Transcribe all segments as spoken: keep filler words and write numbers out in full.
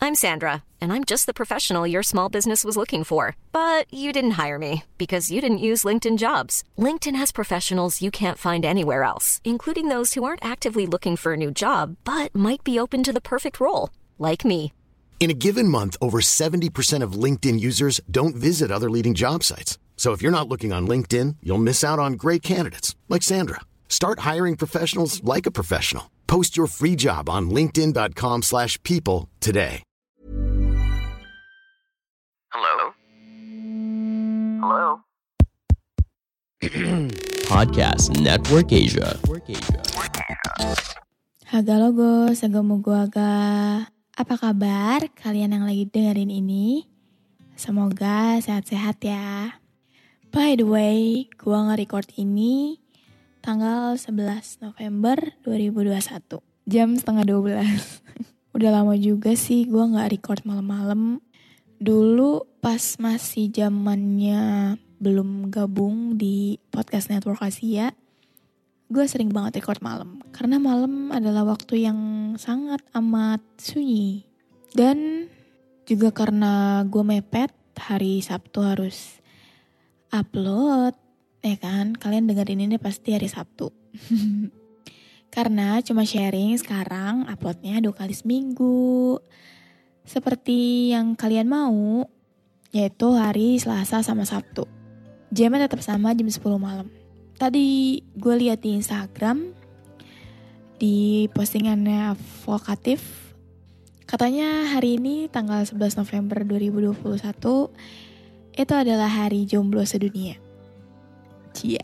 I'm Sandra, and I'm just the professional your small business was looking for. But you didn't hire me because you didn't use LinkedIn Jobs. LinkedIn has professionals you can't find anywhere else, including those who aren't actively looking for a new job, but might be open to the perfect role, like me. In a given month, over seventy percent of LinkedIn users don't visit other leading job sites. So if you're not looking on LinkedIn, you'll miss out on great candidates like Sandra. Start hiring professionals like a professional. Post your free job on linkedin.com slash people today. Hello? Hello? Podcast Network Asia. Haga logo, segamu gua aga. Apa kabar kalian yang lagi dengerin ini? Semoga sehat-sehat ya. By the way, gua nge-record ini tanggal sebelas November dua ribu dua puluh satu. Jam setengah dua belas. Udah lama juga sih gua gak record malam-malam. Dulu pas masih zamannya belum gabung di Podcast Network Asia, gue sering banget record malam. Karena malam adalah waktu yang sangat amat sunyi. Dan juga karena gue mepet, hari Sabtu harus upload. Ya kan, kalian dengerin ini pasti hari Sabtu. Karena cuma sharing sekarang uploadnya dua kali seminggu. Seperti yang kalian mau, yaitu hari Selasa sama Sabtu. Jamnya tetap sama jam sepuluh malam. Tadi gue lihat di Instagram, di postingannya Vokatif, katanya hari ini tanggal sebelas November dua ribu dua puluh satu itu adalah hari jomblo sedunia. Cia.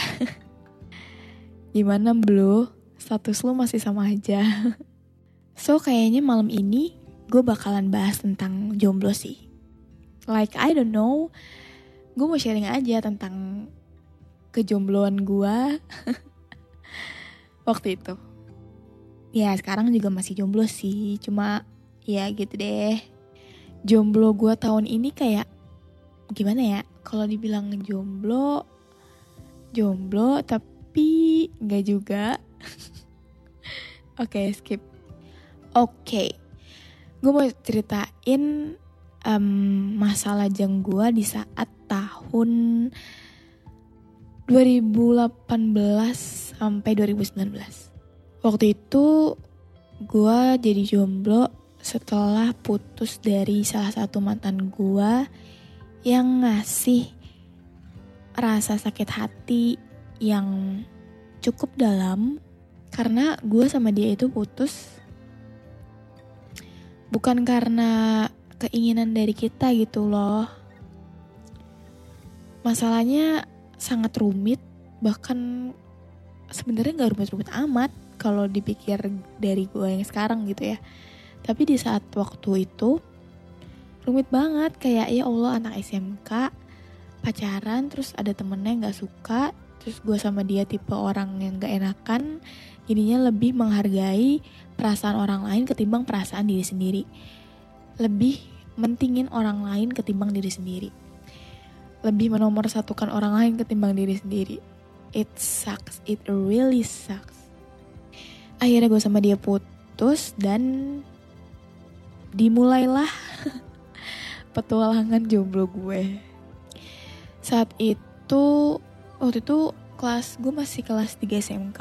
Gimana bro? Status lu masih sama aja. So kayaknya malam ini gue bakalan bahas tentang jomblo sih. Like I don't know, gue mau sharing aja tentang kejombloan gue waktu itu. Ya sekarang juga masih jomblo sih, cuma ya gitu deh. Jomblo gue tahun ini kayak gimana ya? Kalau dibilang jomblo, jomblo tapi nggak juga. Oke okay, skip. Oke, okay. Gue mau ceritain um, masa lajang gue di saat tahun dua ribu delapan belas sampai dua ribu sembilan belas. Waktu itu gue jadi jomblo setelah putus dari salah satu mantan gue yang ngasih rasa sakit hati yang cukup dalam. Karena gue sama dia itu putus bukan karena keinginan dari kita gitu loh. Masalahnya sangat rumit, bahkan sebenarnya gak rumit-rumit amat kalau dipikir dari gue yang sekarang gitu ya. Tapi di saat waktu itu rumit banget, kayak ya Allah anak S M K pacaran terus ada temennya gak suka, terus gue sama dia tipe orang yang gak enakan, jadinya lebih menghargai perasaan orang lain ketimbang perasaan diri sendiri. Lebih mentingin orang lain ketimbang diri sendiri. Lebih menomorsatukan orang lain ketimbang diri sendiri. It sucks, it really sucks. Akhirnya gue sama dia putus dan dimulailah petualangan jomblo gue. Saat itu, waktu itu kelas gue masih kelas tiga S M K.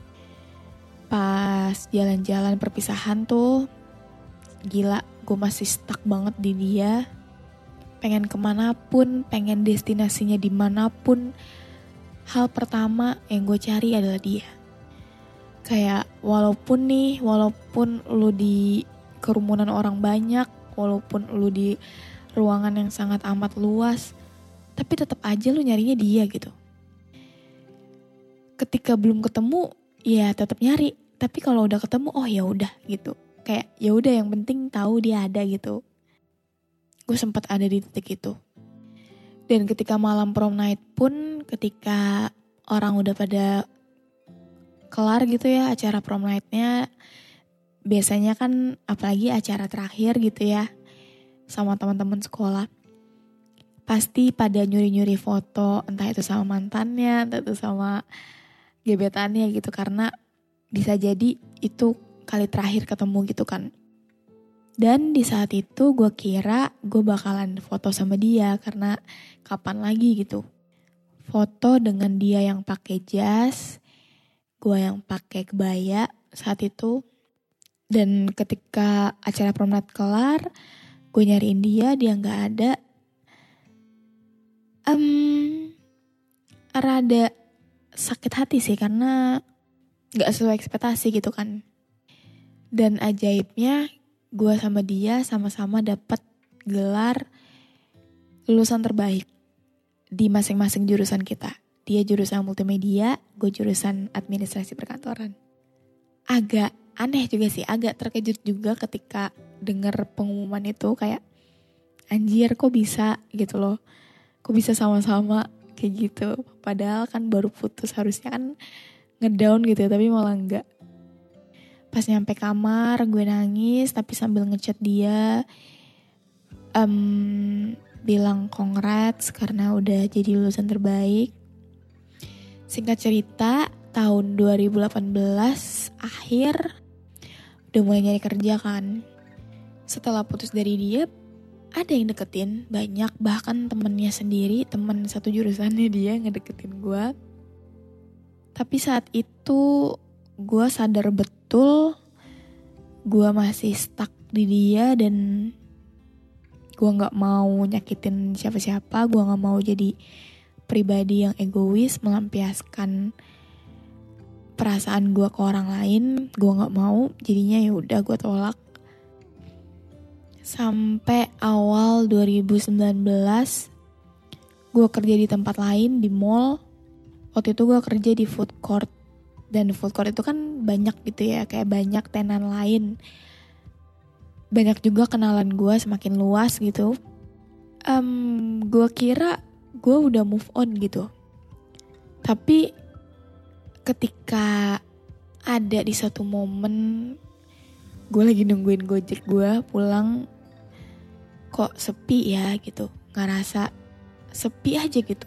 Pas jalan-jalan perpisahan tuh, gila, gue masih stuck banget di dia. Pengen kemanapun, pengen destinasinya dimanapun, hal pertama yang gue cari adalah dia. Kayak walaupun nih, walaupun lu di kerumunan orang banyak, walaupun lu di ruangan yang sangat amat luas, tapi tetap aja lu nyarinya dia gitu. Ketika belum ketemu, ya tetap nyari. Tapi kalau udah ketemu, oh ya udah gitu. Kayak ya udah yang penting tahu dia ada gitu. Gue sempat ada di titik itu. Dan ketika malam prom night pun, ketika orang udah pada kelar gitu ya acara prom night-nya, biasanya kan apalagi acara terakhir gitu ya sama teman-teman sekolah, pasti pada nyuri-nyuri foto, entah itu sama mantannya, entah itu sama gebetannya gitu, karena bisa jadi itu kali terakhir ketemu gitu kan. Dan di saat itu gue kira gue bakalan foto sama dia karena kapan lagi gitu. Foto dengan dia yang pakai jas, gue yang pakai kebaya saat itu. Dan ketika acara promenade kelar, gue nyariin dia, dia gak ada. Um, rada sakit hati sih karena gak sesuai ekspektasi gitu kan. Dan ajaibnya gue sama dia sama-sama dapat gelar lulusan terbaik di masing-masing jurusan kita. Dia jurusan multimedia, gue jurusan administrasi perkantoran. Agak aneh juga sih, agak terkejut juga ketika denger pengumuman itu kayak anjir kok bisa gitu loh. Kok bisa sama-sama kayak gitu. Padahal kan baru putus, harusnya kan ngedown gitu ya, tapi malah enggak. Pas nyampe kamar gue nangis tapi sambil ngechat dia um, bilang congrats karena udah jadi lulusan terbaik. Singkat cerita tahun dua ribu delapan belas akhir udah mulai nyari kerja kan. Setelah putus dari dia ada yang deketin banyak, bahkan temennya sendiri, temen satu jurusannya dia ngedeketin gue. Tapi saat itu gue sadar betul gue masih stuck di dia dan gue gak mau nyakitin siapa-siapa. Gue gak mau jadi pribadi yang egois, melampiaskan perasaan gue ke orang lain. Gue gak mau, jadinya ya udah gue tolak. Sampai awal dua ribu sembilan belas gue kerja di tempat lain, di mall. Waktu itu gue kerja di food court. Dan food court itu kan banyak gitu ya, kayak banyak tenan lain. Banyak juga kenalan gue semakin luas gitu. Um, gue kira gue udah move on gitu. Tapi ketika ada di satu momen gue lagi nungguin Gojek gue pulang, kok sepi ya gitu. Ngerasa sepi aja gitu.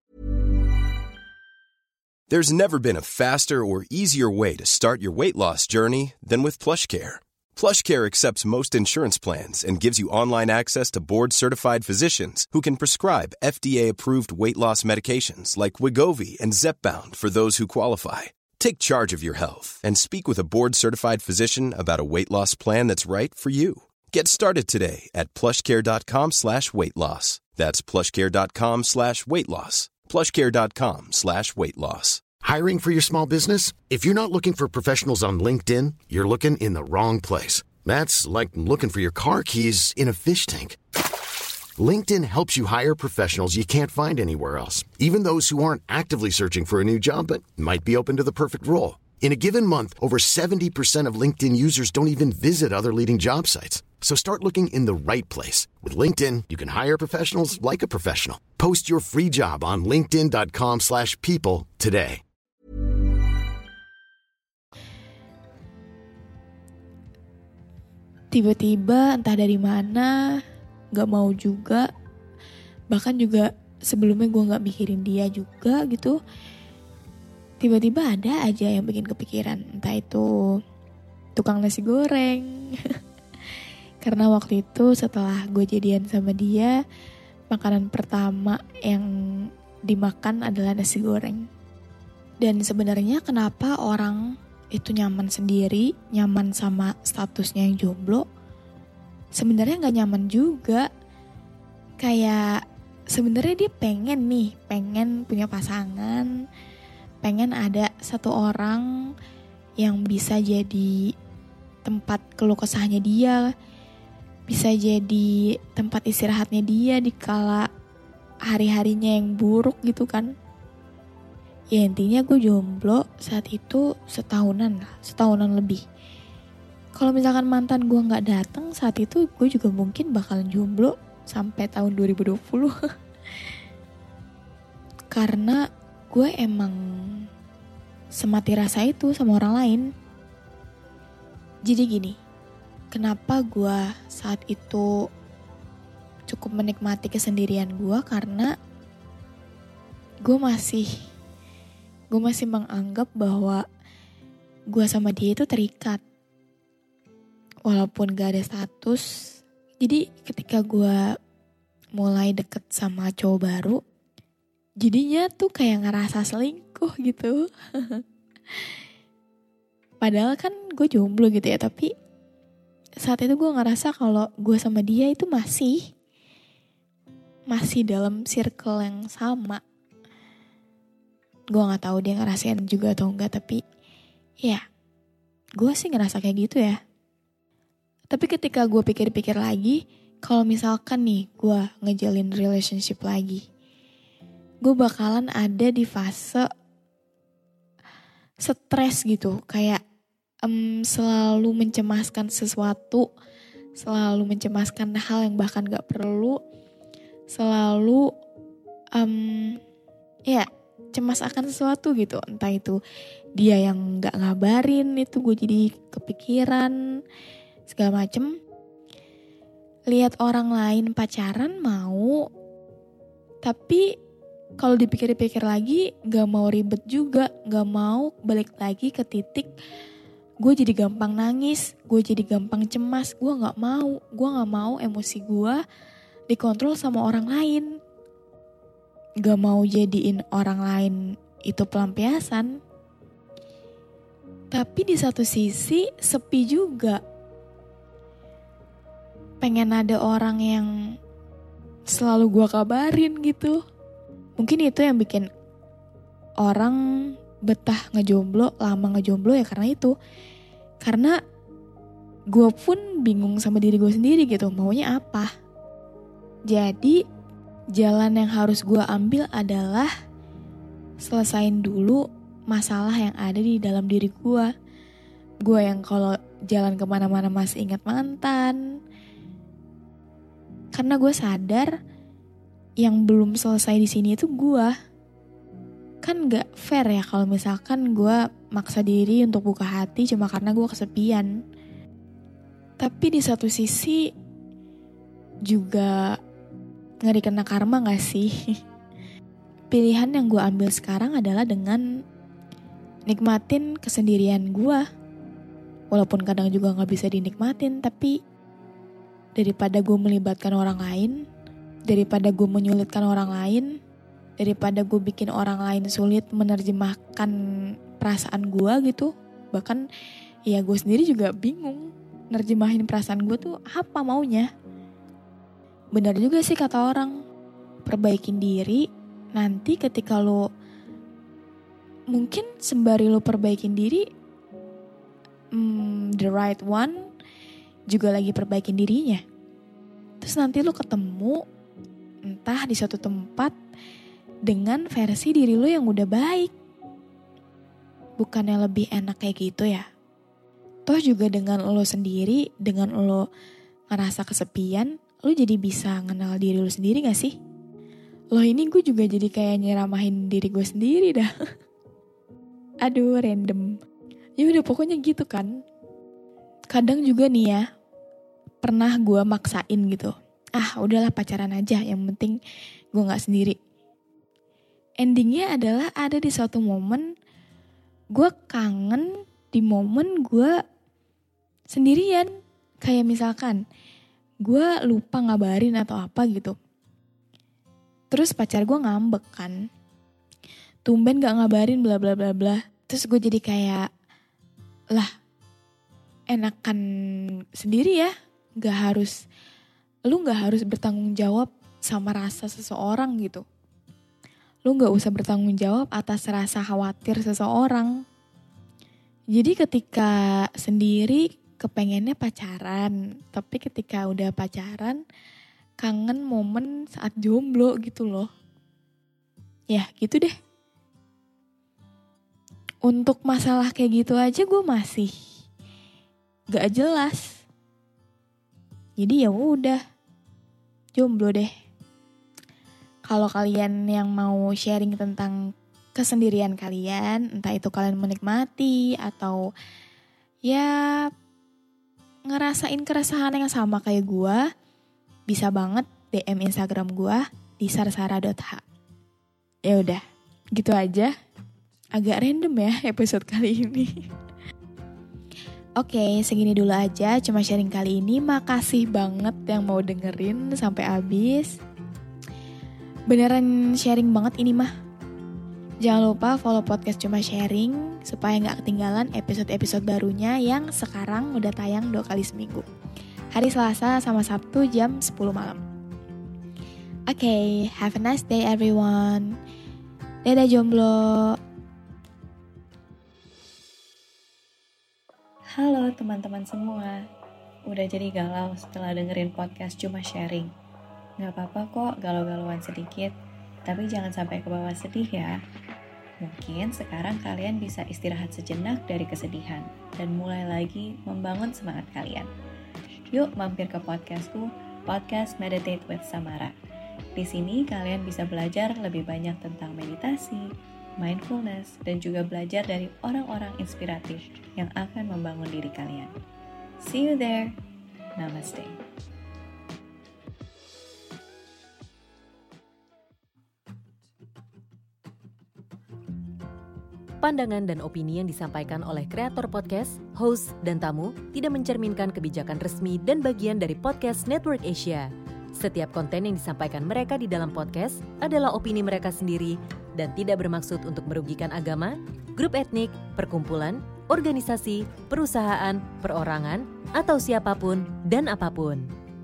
There's never been a faster or easier way to start your weight loss journey than with PlushCare. PlushCare accepts most insurance plans and gives you online access to board-certified physicians who can prescribe F D A-approved weight loss medications like Wegovy and Zepbound for those who qualify. Take charge of your health and speak with a board-certified physician about a weight loss plan that's right for you. Get started today at plushcare.com slash weight loss. That's plushcare.com slash weight loss. plushcare.com slash weight loss. Hiring for your small business? If you're not looking for professionals on LinkedIn, you're looking in the wrong place. That's like looking for your car keys in a fish tank. LinkedIn helps you hire professionals you can't find anywhere else, even those who aren't actively searching for a new job but might be open to the perfect role. In a given month, over seventy percent of LinkedIn users don't even visit other leading job sites. So start looking in the right place. With LinkedIn, you can hire professionals like a professional. Post your free job on linkedin.com slash people today. Tiba-tiba entah dari mana, gak mau juga. Bahkan juga sebelumnya gue gak mikirin dia juga gitu. Tiba-tiba ada aja yang bikin kepikiran. Entah itu tukang nasi goreng. Karena waktu itu setelah gue jadian sama dia, makanan pertama yang dimakan adalah nasi goreng. Dan sebenarnya kenapa orang itu nyaman sendiri, nyaman sama statusnya yang jomblo, sebenarnya gak nyaman juga. Kayak sebenarnya dia pengen nih, pengen punya pasangan, pengen ada satu orang yang bisa jadi tempat keluh kesahnya dia, bisa jadi tempat istirahatnya dia di kala hari-harinya yang buruk gitu kan. Ya intinya gue jomblo saat itu setahunan lah, setahunan lebih. Kalau misalkan mantan gue gak datang saat itu, gue juga mungkin bakalan jomblo sampai tahun dua ribu dua puluh. Karena gue emang semati rasa itu sama orang lain. Jadi gini, kenapa gue saat itu cukup menikmati kesendirian gue, karena gue masih gue masih menganggap bahwa gue sama dia itu terikat. walaupun gak ada status. Jadi ketika gue mulai deket sama cowok baru, jadinya tuh kayak ngerasa selingkuh gitu. Padahal kan gue jomblo gitu ya, tapi saat itu gue ngerasa kalau gue sama dia itu masih masih dalam circle yang sama. Gue nggak tahu dia ngerasain juga atau enggak, tapi ya gue sih ngerasa kayak gitu ya. Tapi ketika gue pikir-pikir lagi, kalau misalkan nih gue ngejalin relationship lagi, gue bakalan ada di fase stres gitu, kayak um, selalu mencemaskan sesuatu, selalu mencemaskan hal yang bahkan gak perlu, selalu um, ya cemas akan sesuatu gitu. Entah itu dia yang gak ngabarin, itu gue jadi kepikiran segala macem. Lihat orang lain pacaran mau, tapi kalau dipikir-pikir lagi gak mau ribet juga, gak mau balik lagi ke titik gue jadi gampang nangis, gue jadi gampang cemas. Gue gak mau, gue gak mau emosi gue dikontrol sama orang lain. Gak mau jadiin orang lain itu pelampiasan. Tapi di satu sisi sepi juga. Pengen ada orang yang selalu gue kabarin gitu. Mungkin itu yang bikin orang betah ngejomblo, lama ngejomblo ya karena itu. Karena gue pun bingung sama diri gue sendiri gitu, maunya apa. Jadi jalan yang harus gue ambil adalah selesain dulu masalah yang ada di dalam diri gue. Gue yang kalau jalan kemana-mana masih ingat mantan. Karena gue sadar yang belum selesai di sini itu gue. Kan gak fair ya kalau misalkan gue maksa diri untuk buka hati cuma karena gue kesepian. Tapi di satu sisi juga ngeri kena karma gak sih? Pilihan yang gue ambil sekarang adalah dengan nikmatin kesendirian gue. Walaupun kadang juga gak bisa dinikmatin, tapi daripada gue melibatkan orang lain, daripada gue menyulitkan orang lain, daripada gue bikin orang lain sulit menerjemahkan perasaan gue gitu. Bahkan ya gue sendiri juga bingung nerjemahin perasaan gue tuh apa maunya. Benar juga sih kata orang, perbaikin diri, nanti ketika lo mungkin sembari lo perbaikin diri, hmm, the right one juga lagi perbaikin dirinya. Terus nanti lo ketemu entah di suatu tempat dengan versi diri lo yang udah baik. Bukannya lebih enak kayak gitu ya? Toh juga dengan lo sendiri, dengan lo ngerasa kesepian, lo jadi bisa kenal diri lo sendiri gak sih? Loh ini gue juga jadi kayak nyeramahin diri gue sendiri dah. Aduh random. Ya udah pokoknya gitu kan. Kadang juga nih ya, pernah gue maksain gitu. Ah udahlah pacaran aja, yang penting gue gak sendiri. Endingnya adalah ada di suatu momen gue kangen di momen gue sendirian. Kayak misalkan gue lupa ngabarin atau apa gitu. Terus pacar gue ngambek kan, tumben gak ngabarin bla bla bla bla. Terus gue jadi kayak, lah enakan sendiri ya, gak harus, lu gak harus bertanggung jawab sama rasa seseorang gitu. Lu gak usah bertanggung jawab atas rasa khawatir seseorang. Jadi ketika sendiri kepengennya pacaran, tapi ketika udah pacaran kangen momen saat jomblo gitu loh. Ya gitu deh. Untuk masalah kayak gitu aja gue masih gak jelas. Jadi ya udah, jomblo deh. Kalau kalian yang mau sharing tentang kesendirian kalian, entah itu kalian menikmati atau ya ngerasain keresahan yang sama kayak gue, bisa banget D M Instagram gue di sarsara dot h. Ya udah, gitu aja. Agak random ya episode kali ini. Oke, segini dulu aja cuma sharing kali ini. Makasih banget yang mau dengerin sampai habis. Beneran sharing banget ini mah. Jangan lupa follow podcast Cuma Sharing supaya gak ketinggalan episode-episode barunya yang sekarang udah tayang dua kali seminggu. Hari Selasa sama Sabtu jam sepuluh malam. Oke, okay, have a nice day everyone. Dadah jomblo. Halo teman-teman semua. Udah jadi galau setelah dengerin podcast Cuma Sharing? Gak apa-apa kok galau-galauan sedikit, tapi jangan sampai ke bawah sedih ya. Mungkin sekarang kalian bisa istirahat sejenak dari kesedihan dan mulai lagi membangun semangat kalian. Yuk mampir ke podcastku, Podcast Meditate with Samara. Di sini kalian bisa belajar lebih banyak tentang meditasi, mindfulness, dan juga belajar dari orang-orang inspiratif yang akan membangun diri kalian. See you there. Namaste. Pandangan dan opini yang disampaikan oleh kreator podcast, host, dan tamu tidak mencerminkan kebijakan resmi dan bagian dari Podcast Network Asia. Setiap konten yang disampaikan mereka di dalam podcast adalah opini mereka sendiri dan tidak bermaksud untuk merugikan agama, grup etnik, perkumpulan, organisasi, perusahaan, perorangan, atau siapapun dan apapun.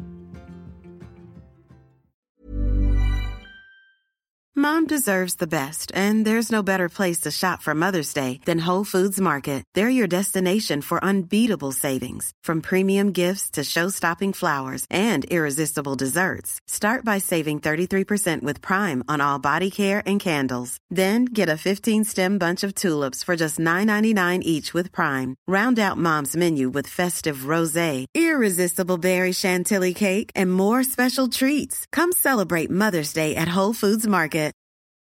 Mom deserves the best, and there's no better place to shop for Mother's Day than Whole Foods Market. They're your destination for unbeatable savings, from premium gifts to show-stopping flowers and irresistible desserts. Start by saving thirty-three percent with Prime on all body care and candles. Then get a fifteen-stem bunch of tulips for just nine ninety-nine each with Prime. Round out Mom's menu with festive rosé, irresistible berry chantilly cake, and more special treats. Come celebrate Mother's Day at Whole Foods Market.